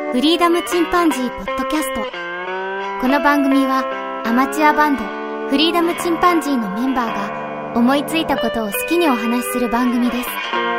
フリーダムチンパンジーポッドキャスト。この番組はアマチュアバンドフリーダムチンパンジーのメンバーが思いついたことを好きにお話しする番組です。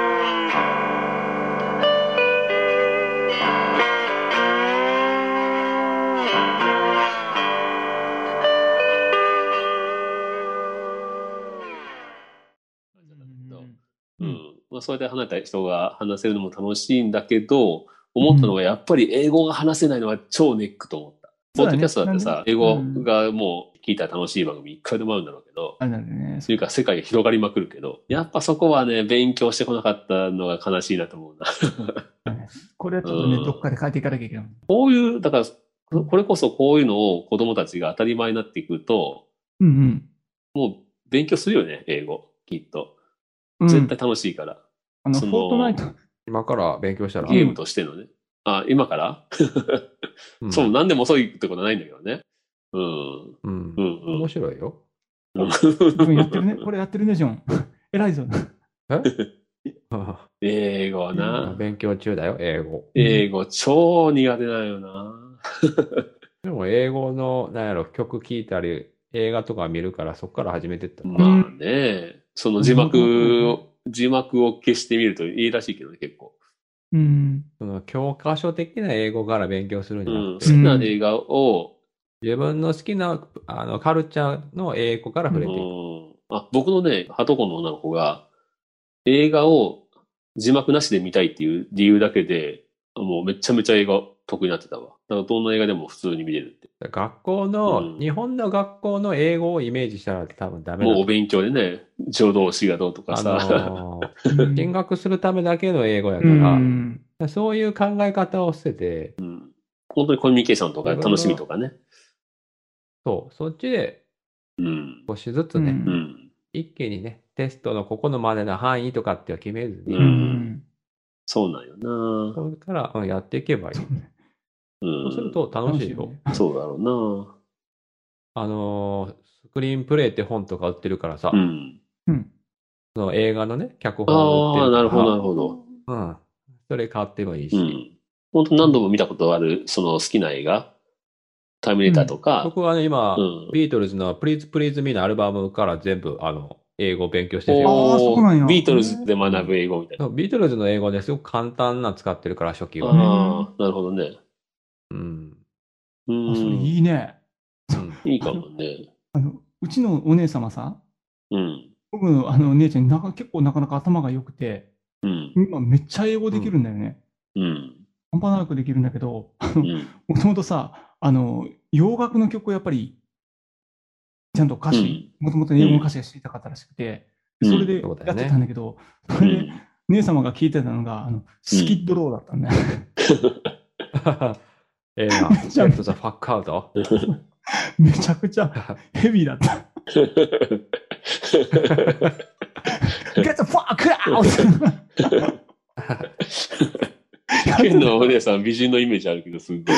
それで離れた人が話せるのも楽しいんだけど、思ったのがやっぱり英語が話せないのは超ネックと思った。ポッドキャストだってさ、英語がもう聞いたら楽しい番組一回でもあるんだろうけど、それから世界が広がりまくるけど、やっぱそこはね、勉強してこなかったのが悲しいなと思うな。 これはちょっとね、どっかで変えていかなきゃいけない。 こういう、だから、これこそこういうのを子供たちが当たり前になっていくと、もう勉強するよね、英語、きっと。絶対楽しいから。 フォートナイト。 今から勉強したら。 ゲームとしてのね。あ、今からそう、何でも遅いってことはないんだけどね。 面白いよ。 やってるね。これやってるね、ジョン。偉いぞ。 英語な。 勉強中だよ、英語。 英語超苦手だよな。 でも英語の、なんやろ、曲聴いたり、映画とか見るからそこから始めてった。 まあね、その字幕を消してみるといいらしいけどね、結構。 その教科書的な英語から勉強するんじゃなくて、 好きな映画を、 自分の好きなカルチャーの英語から触れていく。 僕のね、はとこの女の子が、映画を字幕なしで見たいっていう理由だけで、もうめちゃめちゃ映画得意になってたわ。だからどんな映画でも普通に見れるって。 学校の、日本の学校の英語をイメージしたら多分ダメだ。 もうお勉強でね、助動詞がどうとかさ。 見学するためだけの英語やから、そういう考え方を捨てて、 本当にコミュニケーションとか楽しみとかね。 そう、そっちで、少しずつね、一気にね、テストのここのまでの範囲とかっては決めずに、 そうなんよな。 それからやっていけばいい。そうすると楽しいよ。 そうだろうな。スクリーンプレイって本とか売ってるからさ、その映画のね、脚本を売ってるから。 なるほど、なるほど。 それ買ってもいいし。 本当何度も見たことある、その好きな映画、ターミネーターとか。 僕はね、今、ビートルズのPlease Please Meのアルバムから全部、英語を勉強してるよ。ビートルズで学ぶ英語みたいな。 ビートルズの英語ね、すごく簡単な使ってるから、初期は。 なるほどね。 それいいね。 いいかもね。 うちのお姉様さ、僕のお姉ちゃん結構なかなか頭が良くて、今めっちゃ英語できるんだよね。半端なくできるんだけど、もともとさ、洋楽の曲をやっぱり、ちゃんと歌詞、もともと英語の歌詞が知りたかったらしくて、それでやってたんだけど、それで姉様が聞いてたのが、スキッドローだったんだよね。 ゲットザファックアウトめちゃくちゃヘビーだった。Get the fuck out! ケンのお姉さん美人のイメージあるけど、すごい。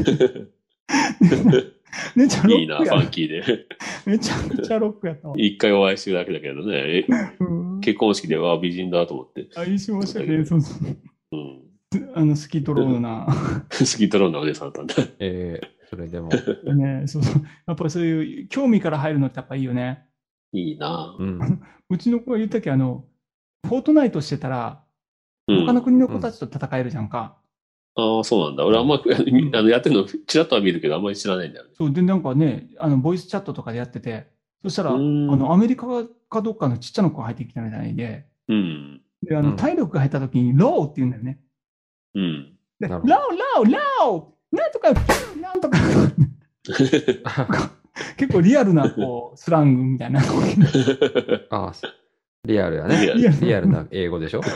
いいな、ファンキーで。 めちゃくちゃロックやったわ。 一回お会いしてるだけだけどね。結婚式では美人だと思って。 一緒ましたね、そうそう。スキッドローのな。 スキッドローのお姉さんだったんだ。 それでも。 ね、そうそう。やっぱりそういう興味から入るのってやっぱいいよね。 いいな。 うちの子が言ったっけ、フォートナイトしてたら、他の国の子たちと戦えるじゃんか。 ああ、そうなんだ。俺あんま、やってるの、ちらっとは見るけど、あんまり知らないんだよね。 そう、で、なんかね、ボイスチャットとかでやってて、そしたら、アメリカかどっかのちっちゃな子が入ってきたみたいで、で、体力が入った時に、ローって言うんだよね。で、ロー、ロー、ローなんとか、なんとか。結構リアルな、スラングみたいな。 リアルやね。リアルな英語でしょ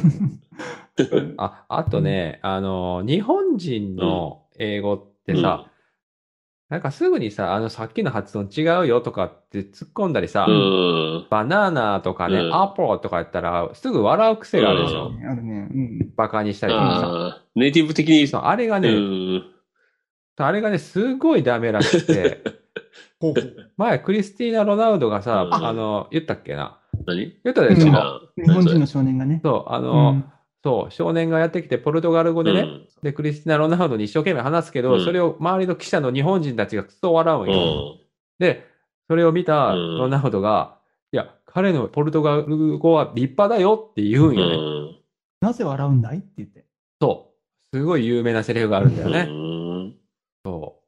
あとね、日本人の英語ってさ、なんかすぐにさ、さっきの発音違うよとかって突っ込んだりさ、バナナとかね、アポロとかやったら、すぐ笑う癖があるでしょ。 あるね。 バカにしたりとかさ。ネイティブ的に。 あれがね、すごいダメらしくて、前、クリスティーナ・ロナウドがさ、言ったっけな。 何言ったでしょ。 日本人の少年がね。 そう、 そう、少年がやってきて、ポルトガル語でね、で、クリスティナ・ロナウドに一生懸命話すけど、それを周りの記者の日本人たちがクソ笑うんよ。で、それを見たロナウドが、いや、彼のポルトガル語は立派だよって言うんよね。 なぜ笑うんだいって言って。 そう。すごい有名なセリフがあるんだよね。そう。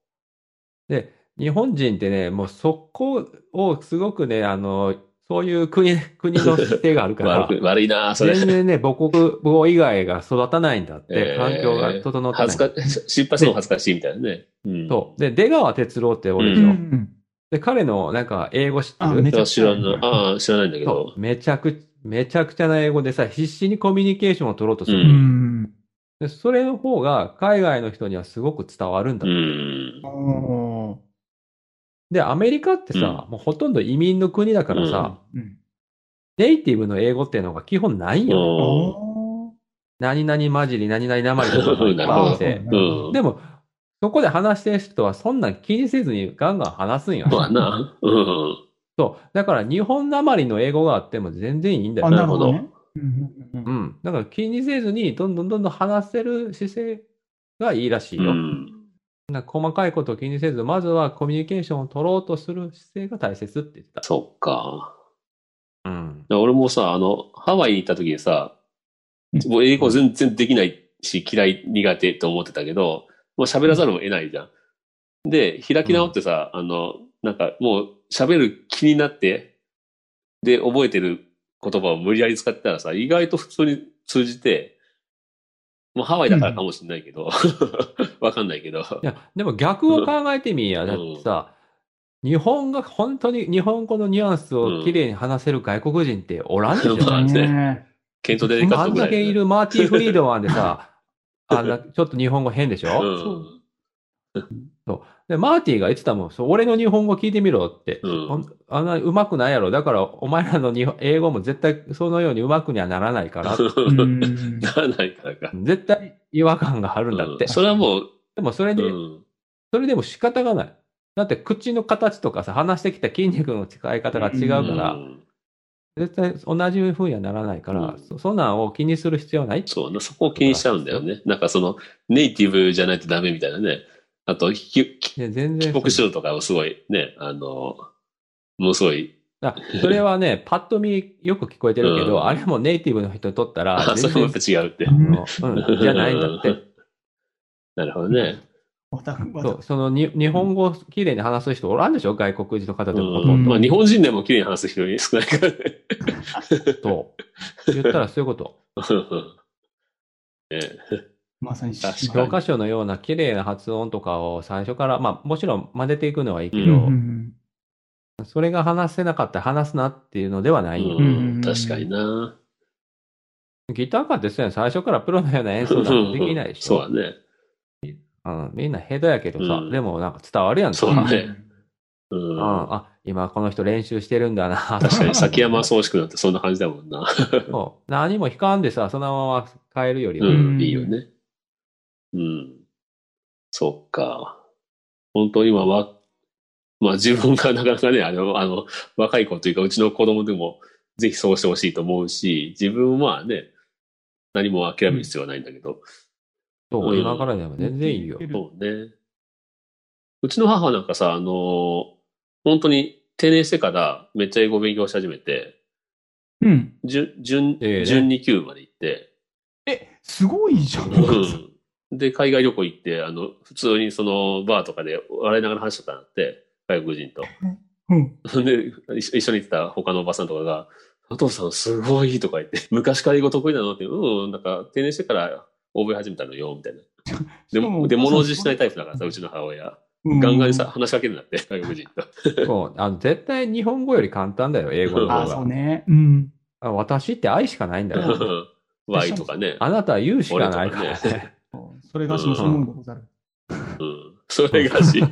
で、日本人ってね、もうそこをすごくね、そういう国の姿勢があるから。 悪いなそれ。 全然ね、母国語以外が育たないんだって、環境が整ってない。 失敗するの恥ずかしいみたいなね。 そう。で、出川哲朗って俺でしょ。で、彼のなんか英語知ってる？ 知らないんだけど。 めちゃくちゃな英語でさ、必死にコミュニケーションを取ろうとする。で、それの方が海外の人にはすごく伝わるんだって。で、アメリカってさ、もうほとんど移民の国だからさ、ネイティブの英語っていうのが基本ないんよ。何々混じり、何々なまりとかがあって。でも、そこで話してる人はそんなん気にせずにガンガン話すんよ。そう。だから日本なまりの英語があっても全然いいんだよ。 なるほど。 だから気にせずにどんどん話せる姿勢がいいらしいよ。細かいことを気にせず、まずはコミュニケーションを取ろうとする姿勢が大切って言ってた。 そっか。俺もさ、ハワイに行った時にさ、もう英語全然できないし、嫌い、苦手と思ってたけど、もう喋らざるを得ないじゃん。で、開き直ってさ、なんかもう喋る気になって、で、覚えてる言葉を無理やり使ってたらさ、意外と普通に通じて、もうハワイだからかもしれないけど、わかんないけど。いや、でも逆を考えてみや。だってさ、本当に日本語のニュアンスをきれいに話せる外国人っておらんでしょ。 ケントデリカットあんだけいるマーティ・フリードマンでさ、ちょっと日本語変でしょ。そうで、マーティが言ってたもん、俺の日本語聞いてみろって。あんな上手くないやろ。だから、お前らの英語も絶対そのように上手くにはならないから。 ならないからか。 絶対違和感があるんだって。 それはもう。 でもそれでも仕方がない。だって口の形とかさ、話してきた筋肉の使い方が違うから、絶対同じ風にはならないから、そんなんを気にする必要はない。 そう、そこを気にしちゃうんだよね。なんかネイティブじゃないとダメみたいなね。あと、帰国しろとかをすごいね、もうすごい。 それはね、パッと見よく聞こえてるけど、あれもネイティブの人にとったら、 それも違うって。 じゃないんだって。 なるほどね。 日本語きれいに話す人おらんでしょ、外国人の方でも。 まあ日本人でもきれいに話す人少ないからね。 そう。言ったらそういうこと。 まさに教科書のような綺麗な発音とかを最初から、まあもちろん真似ていくのはいいけど、それが話せなかったら話すなっていうのではないよ。 確かにな。 ギターかって最初からプロのような演奏なんてできないでしょ。そうだね。 みんな下手やけどさ、でもなんか伝わるやん。 そうだね。 今この人練習してるんだな。 確かに、崎山宗志君なんてそんな感じだもんな。 何も弾かんでさ、そのまま変えるよりは。 いいよね。そっか。本当今は、まあ自分がなかなかね、若い子というか、うちの子供でもぜひそうしてほしいと思うし、自分はね、何も諦める必要はないんだけど。 そう、今からでも全然いいよ。 そうね。うちの母なんかさ、本当に定年してからめっちゃ英語勉強し始めて、準2級まで行って。 すごいじゃん。 で、海外旅行行って、普通にバーとかで笑いながら話しちゃったんだって、外国人と。で、一緒に行ってた他のおばさんとかが、お父さんすごいとか言って、昔から英語得意なのって、なんか定年してから覚え始めたのよ、みたいな。で、物おじしないタイプだからさ、うちの母親。ガンガンにさ、話しかけるんだって、外国人と。 そう、絶対日本語より簡単だよ、英語の方が。 そうね。 私って愛しかないんだよ。 Y とかね。 あなたは言うしかないからね。 それがしもそのものでござる。 それがし。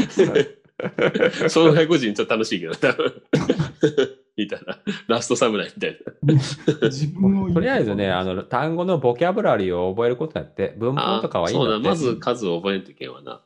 その外国人ちょっと楽しいけど、多分。みたいな。ラストサムライみたいな。とりあえずね、単語のボキャブラリーを覚えることやって、文法とかはいいんだって。 そうだ、まず数を覚えんといけんわな。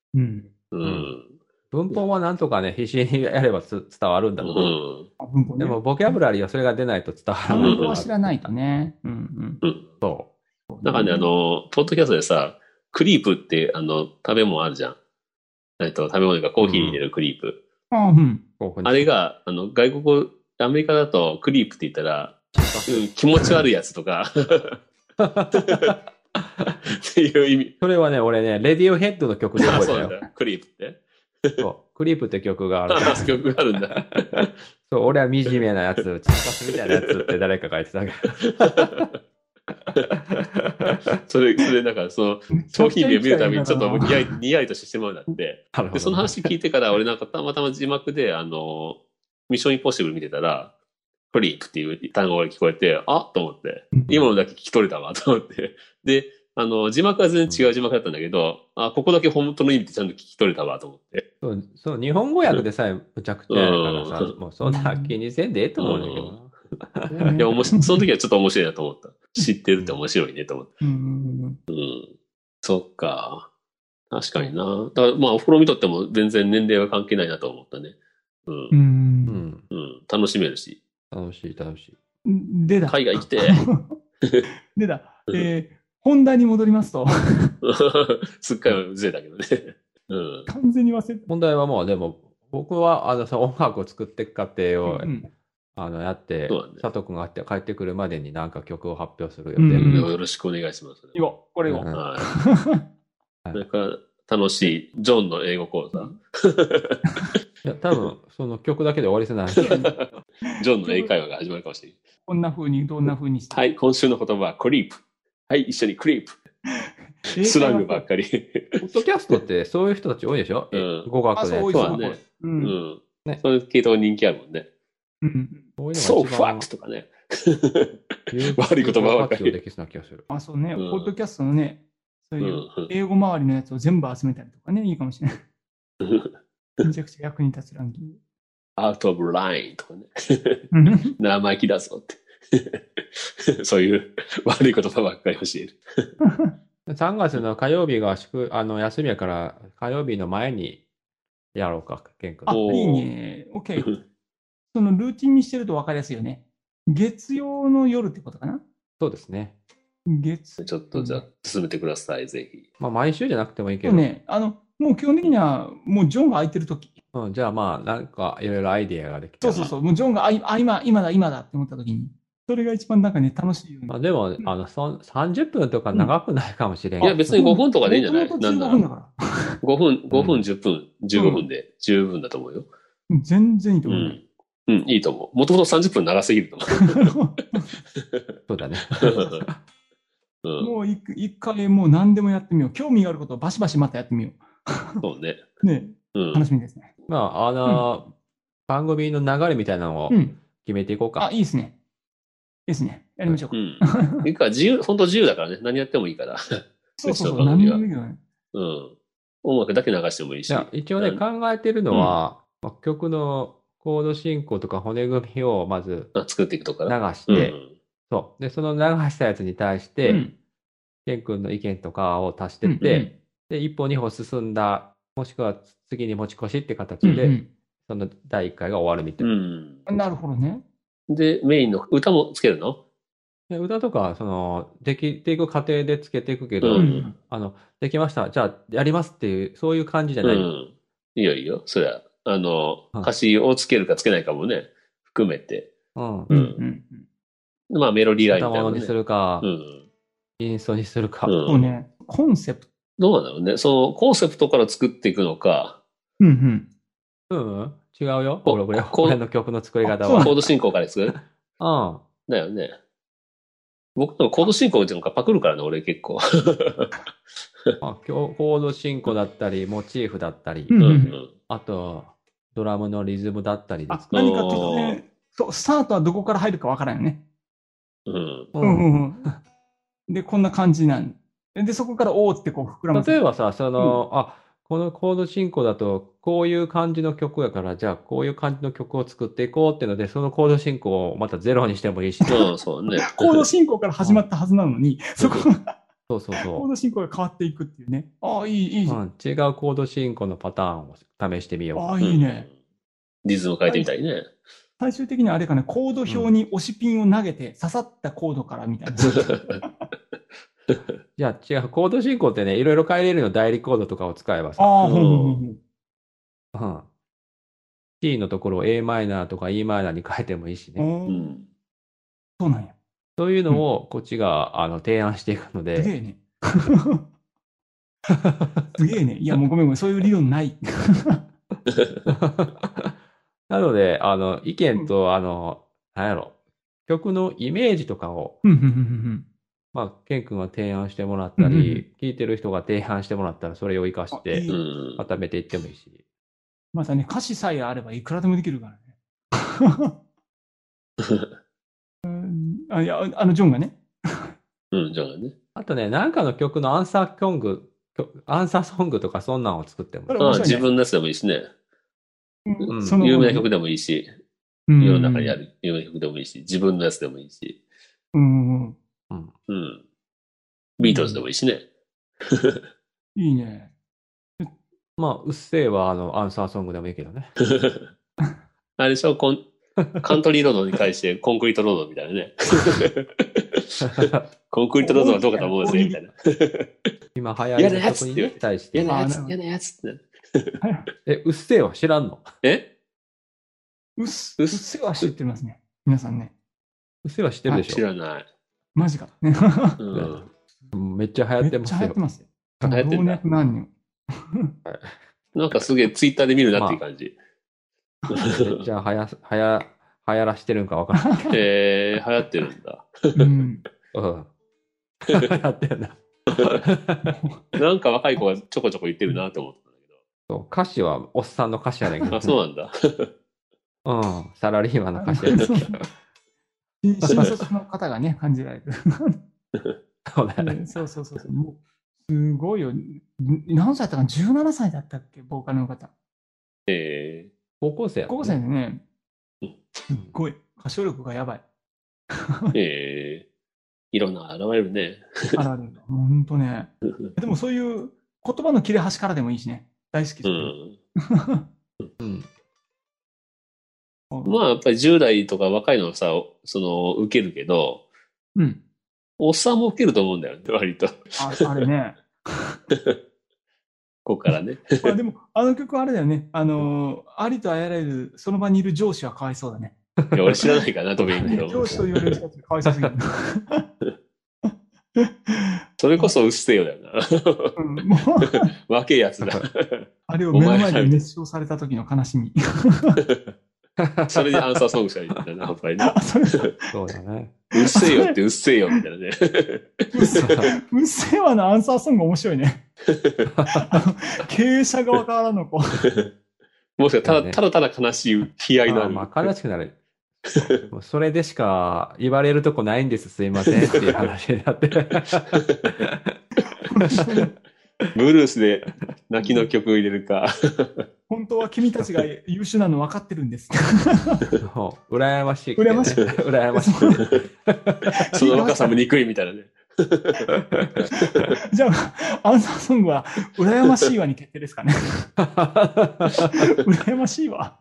文法はなんとかね、必死にやれば伝わるんだろう。でも、ボキャブラリーはそれが出ないと伝わらない。 文法は知らないとね。 そなんかね、ポッドキャストでさ、クリープって食べ物あるじゃん。食べ物がコーヒーに入れるクリープ。 あ、うん。 あれが、外国、アメリカだとクリープって言ったら、気持ち悪いやつとか。っていう意味。 それはね、俺ね、レディオヘッドの曲で覚えたよ。 そうなんだ。クリープって。 そう。クリープって曲がある。 曲があるんだ。 そう、俺は惨めなやつ、チッカスみたいなやつって誰かが言ってたけど。 それなんか、商品名見るたびにちょっとにやりとしてしまうんだって。で、その話聞いてから俺なんかたまたま字幕で、ミッションインポッシブル見てたら、クリープっていう単語が聞こえて、あっと思って、今のだけ聞き取れたわと思って。で、字幕は全然違う字幕だったんだけど、ここだけ本当の意味ってちゃんと聞き取れたわと思って。 そう、日本語訳でさえむちゃくちゃやからさ、もうそんな気にせんでええと思うんだけど。 いや、その時はちょっと面白いなと思った。知ってるって面白いねと思って。そっか。確かにな。だからまあ、お風呂見とっても全然年齢は関係ないなと思ったね。楽しめるし。 楽しい。 でだ。 海外来て。 でだ。本題に戻りますと。 すっかりずれたけどね。 完全に忘れて。 本題はもう、でも、僕は、音楽を作っていく過程を、やって、佐藤くんが帰ってくるまでになんか曲を発表する予定。 よろしくお願いします。 これを。 なんか、楽しい、ジョンの英語講座。 いや、多分、その曲だけで終わりせない。 ジョンの英会話が始まるかもしれない。 こんな風に、どんな風にして。 はい、今週の言葉はクリープ。はい、一緒にクリープ。スラングばっかり。ポッドキャストってそういう人たち多いでしょ？語学で。 そうだね。そういう系統人気あるもんね。そうファックとかね。悪い言葉ばっかり。 そうね。ポッドキャストのね、そういう英語周りのやつを全部集めたりとかね、いいかもしれない。めちゃくちゃ役に立つランキング。 アウトオブラインとかね。生意気だぞって。そういう悪い言葉ばっかり教える。 3月の火曜日が休みやから、火曜日の前にやろうか、ケン君。 いいね。OK。そのルーティンにしてると分かりやすいよね。月曜の夜ってことかな？ そうですね。 ちょっとじゃあ進めてください、ぜひ。 まあ毎週じゃなくてもいいけど。 ね、もう基本的にはもうジョンが空いてるとき。 じゃあまあなんかいろいろアイディアができた。 そう。もうジョンが今だって思ったときに。それが一番なんかね、楽しいよね。 でも、30分とか長くないかもしれん。 いや、別に5分とかでいいんじゃない？なんだろう。5分、10分、15分で十分だと思うよ。 全然いいと思う。 いいと思う。もともと30分長すぎると思う。 そうだね。 もう一回もう何でもやってみよう。興味があることをバシバシまたやってみよう。そうね。 ね、楽しみですね。 まあ、番組の流れみたいなのを決めていこうか。 いいですね。ですね。やりましょうか。 いいか、本当自由だからね。何やってもいいから。 そう。何でもいいけどね。 音楽だけ流してもいいし。 一応ね、考えてるのは、曲のコード進行とか骨組みをまず作っていくとか流して、そう。で、その流したやつに対して、ケン君の意見とかを足してって、で、一歩二歩進んだ、もしくは次に持ち越しって形で、その第1回が終わるみたいな。 なるほどね。 で、メインの歌もつけるの？ 歌とか、できていく過程でつけていくけど、できました。じゃあ、やりますっていう、そういう感じじゃない。 いいよ。そりゃ、歌詞をつけるかつけないかもね、含めて。まあ、メロディーラインみたいな、 歌物にするか、インストにするか。 そうね。コンセプト。 どうなんだろうね。その、コンセプトから作っていくのか。 違うよ。これの曲の作り方は。 コード進行から作る？だよね。僕のコード進行っていうのかパクるからね、俺結構。 コード進行だったり、モチーフだったり、あと、ドラムのリズムだったりです。 何か突然、スタートはどこから入るかわからんよね。で、こんな感じなんで、そこからおーってこう膨らむ。 例えばさ、このコード進行だと、こういう感じの曲やから、じゃあこういう感じの曲を作っていこうっていうので、そのコード進行をまたゼロにしてもいいし。 そうね。 コード進行から始まったはずなのに、そこが、 コード進行が変わっていくっていうね。いいじゃん。 違うコード進行のパターンを試してみよう。 いいね。 リズム変えてみたいね。 最終的にはあれかね、コード表に押しピンを投げて、刺さったコードからみたいな。 いや、違う。コード進行ってね、いろいろ変えれるの、代理コードとかを使えばさ。 ああ、ほんほんほんほん。 うん。C のところを a マイナーとか e マイナーに変えてもいいしね。 うん。 そうなんや。 そういうのをこっちが提案していくので。 すげえね。すげえね。いや、もうごめんごめん。そういう理論ない。 なので、意見と、なんやろ、曲のイメージとかを、まあ、ケン君が提案してもらったり、聞いてる人が提案してもらったら、それを活かして、固めていってもいいし。 またね、歌詞さえあればいくらでもできるからね。いや、ジョンがね。 うん、ジョンがね。 あとね、なんかの曲のアンサーソングとかそんなんを作ってもいい。 ああ、自分のやつでもいいしね。有名な曲でもいいし、世の中にある有名な曲でもいいし、自分のやつでもいいし。ビートルズでもいいしね。 いいね。 まあ、うっせぇはアンサーソングでもいいけどね。 あれでしょ、カントリーロードに対してコンクリートロードみたいなね。コンクリートロードはどうかと思うぜ、みたいな。 今流行りの曲に対して。 嫌なやつって。 うっせぇは知らんの？ うっせぇは知ってますね。皆さんね。 うっせぇは知ってるでしょ？ 知らない。 マジか。 めっちゃ流行ってますよ。 めっちゃ流行ってますよ。 流行ってるんだ。なんかすげえツイッターで見るなっていう感じ。 めっちゃ流行らしてるんかわからない。 流行ってるんだ。 流行ってるんだ。 なんか若い子がちょこちょこ言ってるなと思ったんだけど。そう、歌詞はおっさんの歌詞やねんけど。 あ、そうなんだ。 サラリーマンの歌詞やねんけど。 新卒の方がね、感じられる。 そうだよね。 そう。もうすごいよ。何歳だったかな ?17 歳だったっけボーカルの方。 高校生や、ね。 高校生でね。すっごい。歌唱力がやばい。 いろんな現れるね。 現れる。ほんとね。でもそういう言葉の切れ端からでもいいしね。大好きです。 まあやっぱり10代とか若いのさ、受けるけど、おっさんも受けると思うんだよね、割と。 あれね。 ここからね。 でも、あの曲あれだよね。ありとあらゆる、その場にいる上司はかわいそうだね。 いや、俺知らないかな、とも言うけど。 上司と言われる人たちかわいそうすぎる。 それこそうっせよだよな。若えやつだ。 あれを目の前で熱唱された時の悲しみ。 それでアンサーソングしたらいいんだな、やっぱりね。 そうだね。 うっせえよってうっせえよみたいなね。 うっせえわのアンサーソング面白いね。経営者側からのこう。もしかただ悲しい悲哀のある。 まあ悲しくなる。それでしか言われるとこないんです、すいませんっていう話になって。 ブルースで泣きの曲を入れるか。 本当は君たちが優秀なの分かってるんです。 羨ましい、 ね。羨ましい。 羨ましい。 その若さも憎いみたいなね。 じゃあ、アンサーソングは、羨ましいわに決定ですかね。羨ましいわ。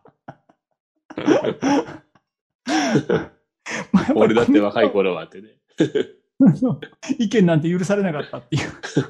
俺だって若い頃はってね。 意見なんて許されなかったっていう。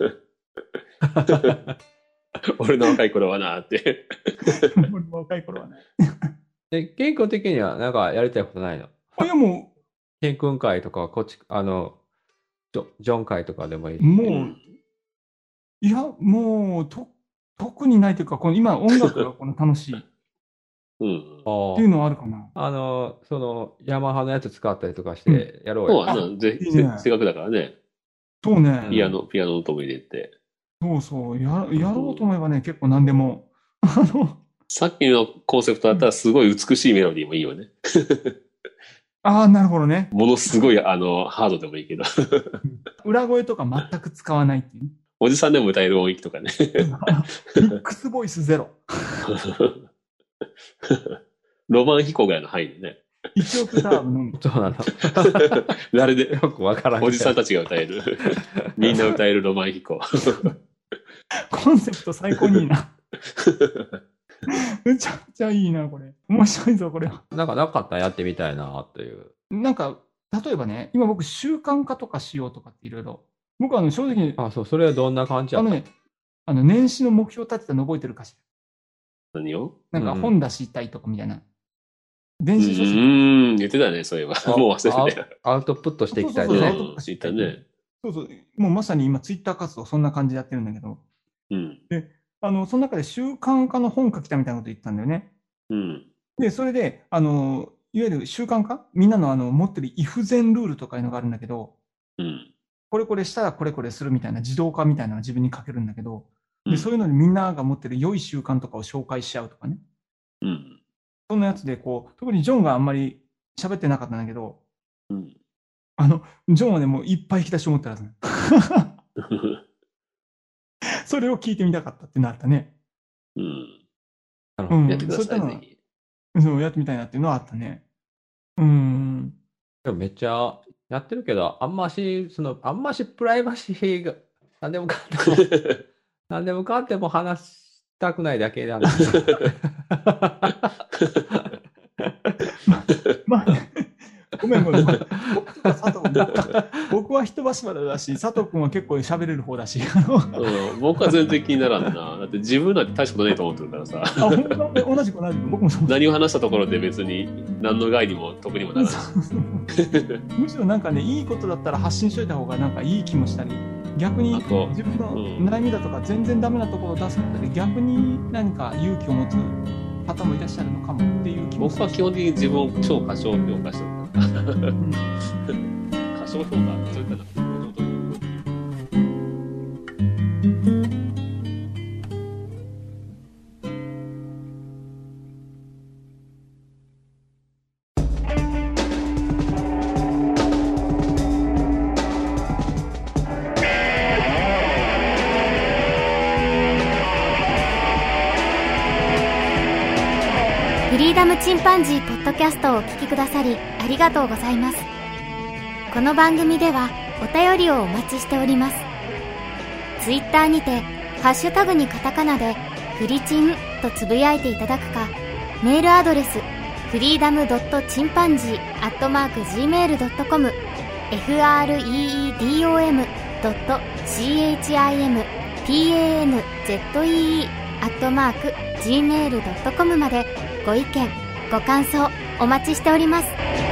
俺の若い頃はなって。 俺の若い頃はね。 健康的にはなんかやりたいことないの？ いやもう。 健康会とか、こっち、ジョン会とかでもいい。 いや、もう、特にないというか、今音楽が楽しい。っていうのはあるかな。 ヤマハのやつ使ったりとかしてやろうよ。 そうぜひ、せっかくだからね。 そうね。 ピアノの音も入れて。 そう。やろうと思えばね、結構何でも。 さっきのコンセプトだったらすごい美しいメロディーもいいよね。 なるほどね。 ものすごいハードでもいいけど。 裏声とか全く使わないっていう。 おじさんでも歌える音域とかね。 ミックスボイスゼロ。 ロマン飛行ぐらいの範囲でね。 1オクターブのみ。 そうなの。 誰でよくわからん。 おじさんたちが歌える。みんな歌えるロマン飛行。 コンセプト最高にいいな。めちゃくちゃいいな、これ。面白いぞ、これは。 なんかなかったらやってみたいな、という。 なんか、例えばね、今僕習慣化とかしようとかっていろいろ僕は正直、 あ、そう、それはどんな感じだった？ 年始の目標立てたの覚えてるかしら。何を？ なんか本出したいとかみたいな。電子書籍。 言ってたね、そういえば。もう忘れてた。 アウトプットしていきたいですね。 言ったね。 そうそう。もうまさに今、ツイッター活動、そんな感じでやってるんだけど。で、その中で習慣化の本書きたみたいなこと言ったんだよね。で、それで、いわゆる習慣化みんなの持ってるイフゼンルールとかいうのがあるんだけど、これこれしたらこれこれするみたいな自動化みたいなのを自分に書けるんだけど、で、そういうのにみんなが持ってる良い習慣とかを紹介しちゃうとかね。そんなやつで、特にジョンがあんまり喋ってなかったんだけど、ジョンはね、もういっぱい引き出しを持ってるはず。それを聞いてみたかったってなったね。 やってください、ぜひ。 そう、やってみたいなっていうのはあったね。 でもめっちゃやってるけど、あんましプライバシーが、何でもかんでも話したくないだけなんですよ。まあ、ごめん。僕は人柱だし、佐藤君は結構喋れる方だし。 僕は全然気にならんな。だって自分なんて大したことないと思ってるからさ。 同じく。僕もそう。 何を話したところで別に何の害にも得にもならない。 むしろなんかね、いいことだったら発信しといた方がなんかいい気もしたり、逆に自分の悩みだとか全然ダメなところを出すことで逆に何か勇気を持つ方もいらっしゃるのかもっていう気もする。 僕は基本的に自分を超過小評価してるから。過小評価、そういったの。 フリーダムチンパンジーポッドキャストをお聞きくださりありがとうございます。この番組ではお便りをお待ちしております。ツイッターにてハッシュタグにカタカナでフリチンとつぶやいていただくか、メールアドレスfreedom.chimpanzee@gmail.com freedom.chimpanzee@gmail.com までご意見ご感想お待ちしております。